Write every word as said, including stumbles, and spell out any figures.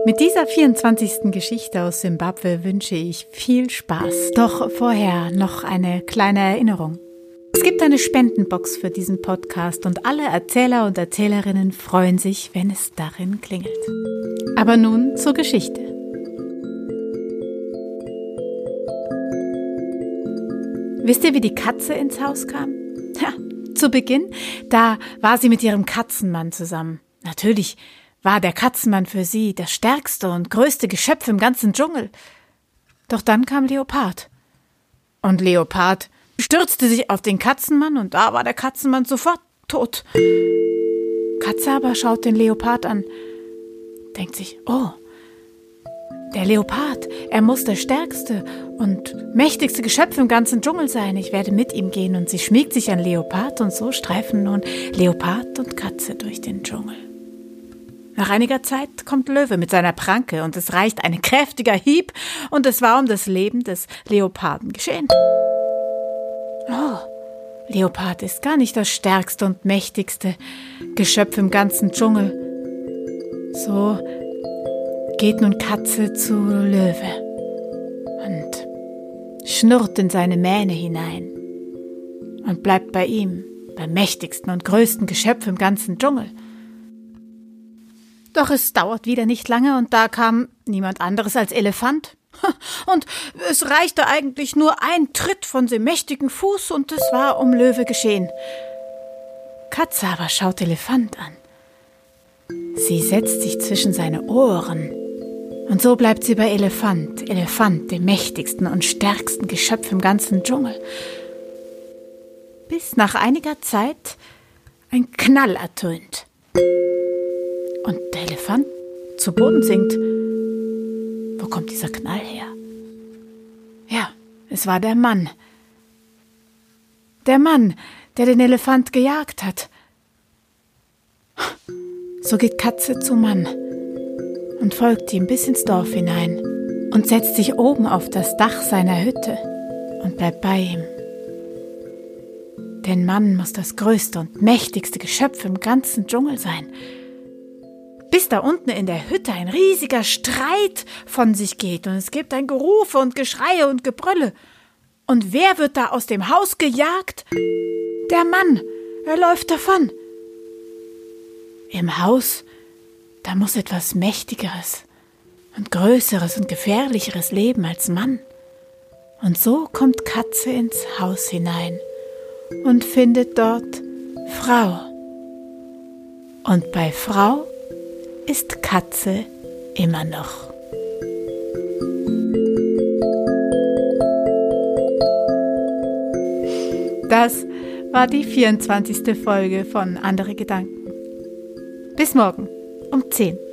Mit dieser vierundzwanzigsten Geschichte aus Simbabwe wünsche ich viel Spaß. Doch vorher noch eine kleine Erinnerung. Es gibt eine Spendenbox für diesen Podcast und alle Erzähler und Erzählerinnen freuen sich, wenn es darin klingelt. Aber nun zur Geschichte. Wisst ihr, wie die Katze ins Haus kam? Ja, zu Beginn, da war sie mit ihrem Katzenmann zusammen. Natürlich war der Katzenmann für sie das stärkste und größte Geschöpf im ganzen Dschungel. Doch dann kam Leopard. Und Leopard stürzte sich auf den Katzenmann und da war der Katzenmann sofort tot. Katze aber schaut den Leopard an, denkt sich, oh, der Leopard, er muss das stärkste und mächtigste Geschöpf im ganzen Dschungel sein. Ich werde mit ihm gehen. Und sie schmiegt sich an Leopard und so streifen nun Leopard und Katze durch den Dschungel. Nach einiger Zeit kommt Löwe mit seiner Pranke und es reicht ein kräftiger Hieb und es war um das Leben des Leoparden geschehen. Oh, Leopard ist gar nicht das stärkste und mächtigste Geschöpf im ganzen Dschungel. So geht nun Katze zu Löwe und schnurrt in seine Mähne hinein und bleibt bei ihm, beim mächtigsten und größten Geschöpf im ganzen Dschungel. Doch es dauert wieder nicht lange und da kam niemand anderes als Elefant. Und es reichte eigentlich nur ein Tritt von dem mächtigen Fuß und es war um Löwe geschehen. Katze aber schaut Elefant an. Sie setzt sich zwischen seine Ohren und so bleibt sie bei Elefant, Elefant, dem mächtigsten und stärksten Geschöpf im ganzen Dschungel. Bis nach einiger Zeit ein Knall ertönt. Und der Elefant zu Boden sinkt. Wo kommt dieser Knall her? Ja, es war der Mann. Der Mann, der den Elefant gejagt hat. So geht Katze zum Mann und folgt ihm bis ins Dorf hinein und setzt sich oben auf das Dach seiner Hütte und bleibt bei ihm. Denn Mann muss das größte und mächtigste Geschöpf im ganzen Dschungel sein. Bis da unten in der Hütte ein riesiger Streit von sich geht und es gibt ein Gerufe und Geschreie und Gebrülle. Und wer wird da aus dem Haus gejagt? Der Mann, er läuft davon. Im Haus, da muss etwas Mächtigeres und Größeres und Gefährlicheres leben als Mann. Und so kommt Katze ins Haus hinein und findet dort Frau. Und bei Frau ist Katze immer noch. Das war die vierundzwanzigste Folge von Andere Gedanken. Bis morgen um zehn.